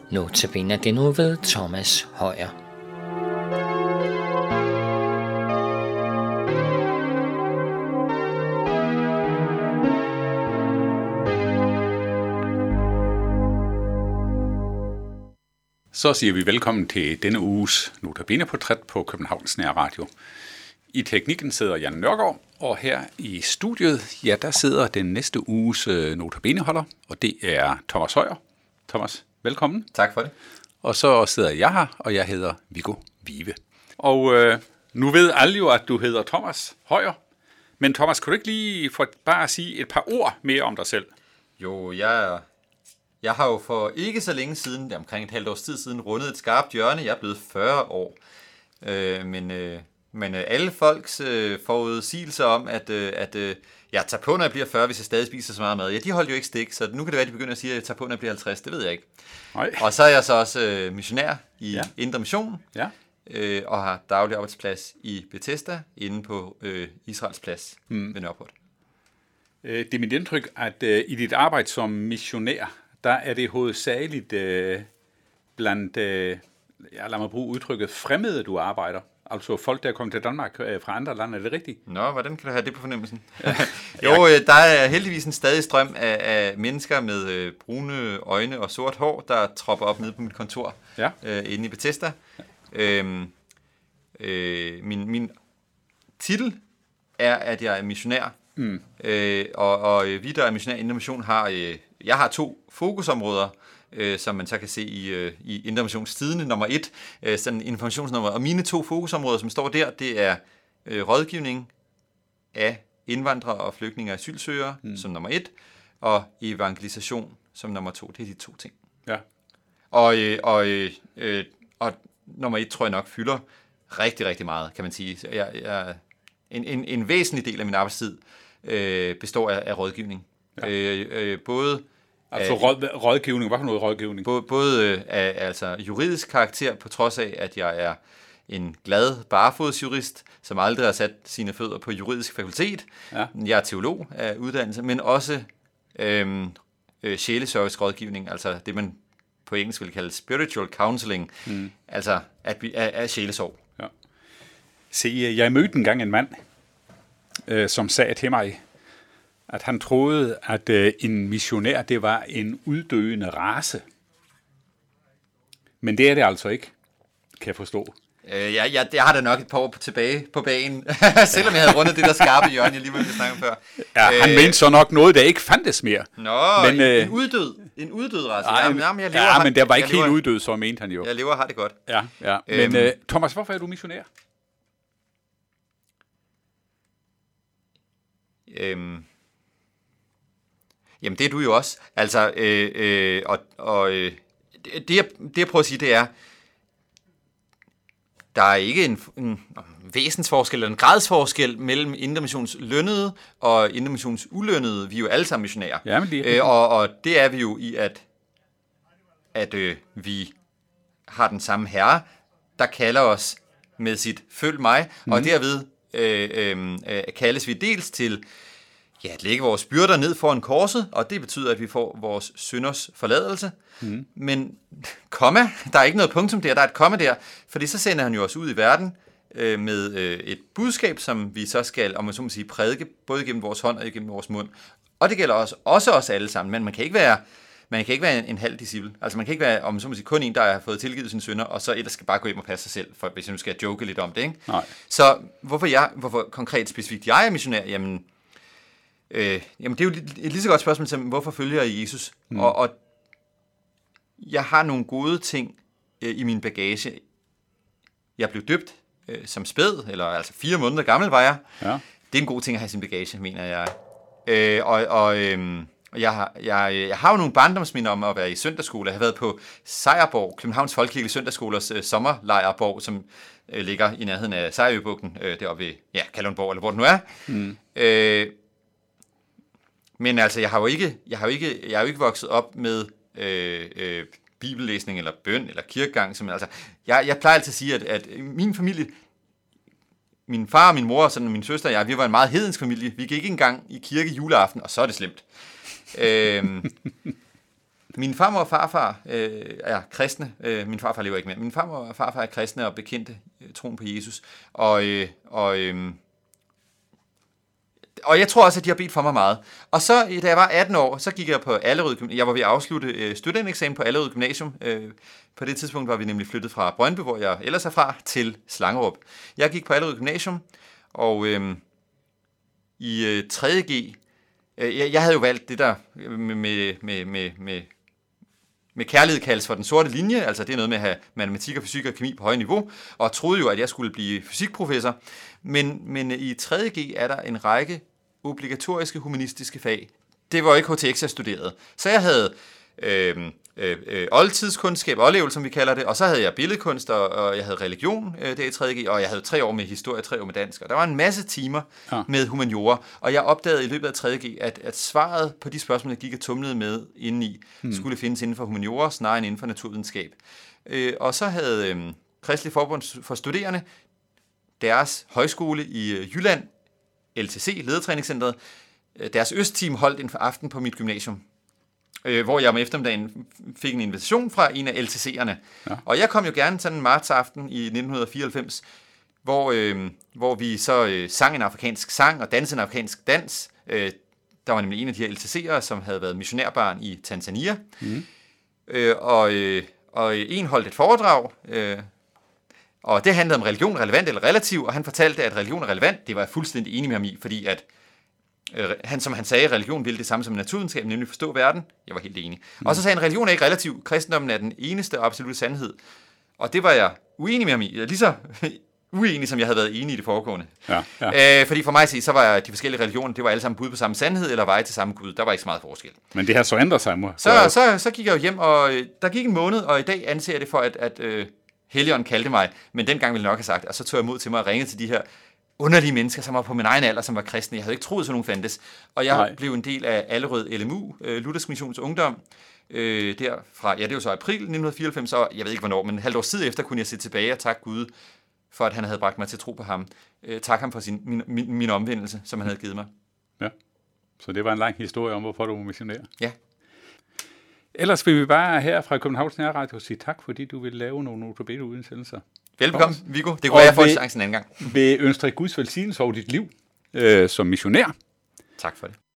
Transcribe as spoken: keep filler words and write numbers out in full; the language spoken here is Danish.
Notabene det nu ved Thomas Højer. Så siger vi velkommen til denne uges Notabene-portræt på Københavns Nærradio. I teknikken sidder Jan Nørgaard, og her i studiet, ja, der sidder den næste uges Notabene-holder, og det er Thomas Højer. Thomas, velkommen. Tak for det. Og så sidder jeg her, og jeg hedder Viggo Vive. Og øh, nu ved alle jo, at du hedder Thomas Højer. Men Thomas, kan du ikke lige for bare sige et par ord mere om dig selv? Jo, jeg, jeg har jo for ikke så længe siden, omkring et halvt års tid siden, rundet et skarpt hjørne. Jeg er blevet fyrre år. Øh, men øh, men øh, alle folks øh, forudsigelser om, at, øh, at øh, jeg tager på, når jeg bliver fyrre, hvis jeg stadig spiser så meget mad, ja, de holdt jo ikke stik. Så nu kan det være, at de begynder at sige, at jeg tager på, når jeg bliver halvtreds. Det ved jeg ikke. Nej. Og så er jeg så også øh, missionær i ja. Indre Mission. Ja. Øh, og har daglig arbejdsplads i Bethesda, inde på øh, Israels plads hmm. ved Nørreport. Det er mit indtryk, at øh, i dit arbejde som missionær, der er det hovedsageligt øh, blandt, øh, ja, lad mig bruge udtrykket, fremmede, du arbejder. Altså folk, der er kommet til Danmark øh, fra andre lande, er det rigtigt? Nå, hvordan kan du have det på fornemmelsen? jo, øh, der er heldigvis en stadig strøm af, af mennesker med øh, brune øjne og sort hår, der tropper op nede på mit kontor ja. øh, inde i Bethesda. Ja. Øhm, øh, min, min titel er, at jeg er missionær. Mm. Øh, og, og vi, der er missionær i Indre Mission, har, øh, jeg har to fokusområder, øh, som man så kan se i, øh, i Indre Missions Tidende. Nummer et, øh, sådan en informationsnummer. Og mine to fokusområder, som står der, det er øh, rådgivning af indvandrere og flygtninge og asylsøgere, mm. som nummer et, og evangelisation som nummer to. Det er de to ting. Ja. Og, øh, og, øh, og nummer et tror jeg nok fylder rigtig, rigtig meget, kan man sige. Jeg, jeg, en, en, en væsentlig del af min arbejdstid øh, består af, af rådgivning. Ja. Øh, øh, både altså af, råd, rådgivning, hvad for noget rådgivning? Både, både øh, af altså, juridisk karakter, på trods af, at jeg er en glad barefodsjurist, som aldrig har sat sine fødder på juridisk fakultet. Ja. Jeg er teolog af uddannelse, men også øh, øh, sjæleservice rådgivning, altså det man på engelsk vil kalde spiritual counseling, mm. altså at vi er, er sjælesorg. Ja. Se, jeg mødte engang en mand, øh, som sagde til mig, at han troede, at øh, en missionær, det var en uddøende race. Men det er det altså ikke, kan jeg forstå. Øh, ja, ja, jeg har da nok et par år tilbage på banen, selvom jeg havde rundet det der skarpe hjørne, jeg lige ville snakke om før. Ja, han øh, mente så nok noget, der ikke fandtes mere. Nå, men, en, øh, en uddød, en uddød race. Ja, jamen, jamen, jeg lever, ja, men der var ikke helt uddød, så mente han jo. Jeg lever og har det godt. Ja, ja. Men øhm, øh, Thomas, hvorfor er du missionær? Øhm, jamen, det er du jo også. Altså, øh, øh, og, og øh, det, jeg, det jeg prøver at sige, det er, der er ikke en, en væsensforskel eller en gradsforskel mellem Indre Missions lønnede og Indre Missions ulønnede. Vi er jo alle sammen missionærer. Ja, men det er... øh, og, og det er vi jo i, at, at øh, vi har den samme herre, der kalder os med sit følg mig, mm. og derved øh, øh, øh, kaldes vi dels til ja, at lægge vores byrder ned foran korset, og det betyder, at vi får vores synders forladelse. Mm. Men komma, der er ikke noget punktum der, der er et komma der, fordi så sender han jo os ud i verden øh, med øh, et budskab, som vi så skal, om man så må sige, prædike, både gennem vores hånd og gennem vores mund. Og det gælder også, også os alle sammen, men man kan ikke være, man kan ikke være en, en halv disciple. Altså man kan ikke være, om man så må sige, kun en, der har fået tilgivet sine synder, og så ellers skal bare gå hjem og passe sig selv, for, hvis jeg nu skal joke lidt om det, ikke? Nej. Så hvorfor, jeg, hvorfor konkret specifikt jeg er missionær? Jamen, øh, jamen det er jo et lige så godt spørgsmål som, hvorfor følger jeg Jesus? Mm. Og, og jeg har nogle gode ting øh, i min bagage. Jeg blev døbt øh, som spæd, eller altså fire måneder gammel var jeg. Ja. Det er en god ting at have i sin bagage, mener jeg. Øh, og og øh, jeg, har, jeg, jeg har jo nogle barndomsminder om at være i søndagsskole. Jeg har været på Sejrborg, Københavns Folkekirke Søndagsskolers øh, sommerlejrborg, som øh, ligger i nærheden af Sejrøbugten, øh, deroppe ved ja, Kalundborg, eller hvor det nu er. Mm. Øh, men altså, jeg har jo ikke, jeg har jo ikke, jeg har jo ikke vokset op med Øh, øh, bibellæsning eller bøn eller kirkegang. Som, altså, jeg, jeg plejer altid at sige, at, at min familie, min far og min mor og sådan, min søster og jeg, vi var en meget hedensk familie. Vi gik ikke engang i kirke juleaften, og så er det slemt. øhm, Min farmor og farfar øh, er kristne. Øh, min farfar lever ikke mere. Min farmor og farfar er kristne og bekendte øh, troen på Jesus. Og, øh, og, øh, og jeg tror også, at de har bedt for mig meget. Og så, da jeg var atten år, så gik jeg på Allerød Gymnasium. Jeg var ved at afslutte øh, studentereksamen på Allerød Gymnasium. Øh, på det tidspunkt var vi nemlig flyttet fra Brøndby, hvor jeg ellers er fra, til Slangerup. Jeg gik på Allerød Gymnasium, og øh, i øh, tredje G... Øh, jeg, jeg havde jo valgt det der med... med, med, med, med med kærlighed kaldes for den sorte linje, altså det er noget med at have matematik og fysik og kemi på højt niveau, og troede jo, at jeg skulle blive fysikprofessor. Men, men i tredje G er der en række obligatoriske humanistiske fag. Det var jo ikke H T X, jeg studerede. Så jeg havde øh, øh, oldtidskundskab, oldlevel, som vi kalder det, og så havde jeg billedkunst, og, og jeg havde religion, øh, det i tredje G, og jeg havde tre år med historie, tre år med dansk. Og der var en masse timer ja. med humaniora, og jeg opdagede i løbet af tredje G, at, at svaret på de spørgsmål, jeg gik og tumlede med indeni, hmm. skulle findes inden for humaniora, snarere end inden for naturvidenskab. Øh, og så havde øh, Kristelig Forbund for Studerende deres højskole i øh, Jylland, L T C, Ledertræningscenteret, øh, deres østteam holdt en aften på mit gymnasium, øh, hvor jeg om eftermiddagen fik en invitation fra en af L T C'erne. Ja. Og jeg kom jo gerne sådan en martsaften i nitten fireoghalvfems, hvor, øh, hvor vi så øh, sang en afrikansk sang og dansede en afrikansk dans. Øh, der var nemlig en af de her L T C'ere, som havde været missionærbarn i Tanzania. Mm. Øh, og, øh, og en holdt et foredrag, øh, og det handlede om religion, relevant eller relativ, og han fortalte, at religion er relevant. Det var jeg fuldstændig enig med ham i, fordi at øh, han, som han sagde, religion ville det samme som naturvidenskab, nemlig forstå verden. Jeg var helt enig. Mm. Og så sagde han, at religion er ikke relativ. Kristendommen er den eneste og absolutte sandhed. Og det var jeg uenig med ham i. Lige så uenig, som jeg havde været enig i det foregående. Ja, ja. Øh, fordi for mig at sige, så var de forskellige religioner, det var alle sammen bud på samme sandhed, eller veje til samme Gud. Der var ikke så meget forskel. Men det her så ændrer sig. Må. Så, så, så, så gik jeg jo hjem, og øh, der gik en måned, og i dag anser jeg det for, at, at øh, Helligånden kaldte mig, men dengang ville jeg nok have sagt, og så tog jeg mod til mig og ringede til de her underlige mennesker, som var på min egen alder, som var kristne. Jeg havde ikke troet, at sådan nogen fandtes. Og jeg Nej. blev en del af Allerød L M U, øh, Luthersk Missions Ungdom, øh, derfra, ja, det var så april nitten fireoghalvfems, og jeg ved ikke hvornår, men en halvt år siden efter kunne jeg se tilbage og takke Gud for, at han havde bragt mig til tro på ham. Øh, tak ham for sin, min, min, min omvendelse, som han havde givet mig. Ja, så det var en lang historie om, hvorfor du var missionær. Ja. Ellers vil vi bare her fra Københavns Nærradio sige tak, fordi du vil lave nogle notabene-udsendelser. Velbekomme, Viggo. Det kunne være, jeg får chancen en anden gang. Vil ønske dig Guds velsignelse over dit liv øh, som missionær. Tak for det.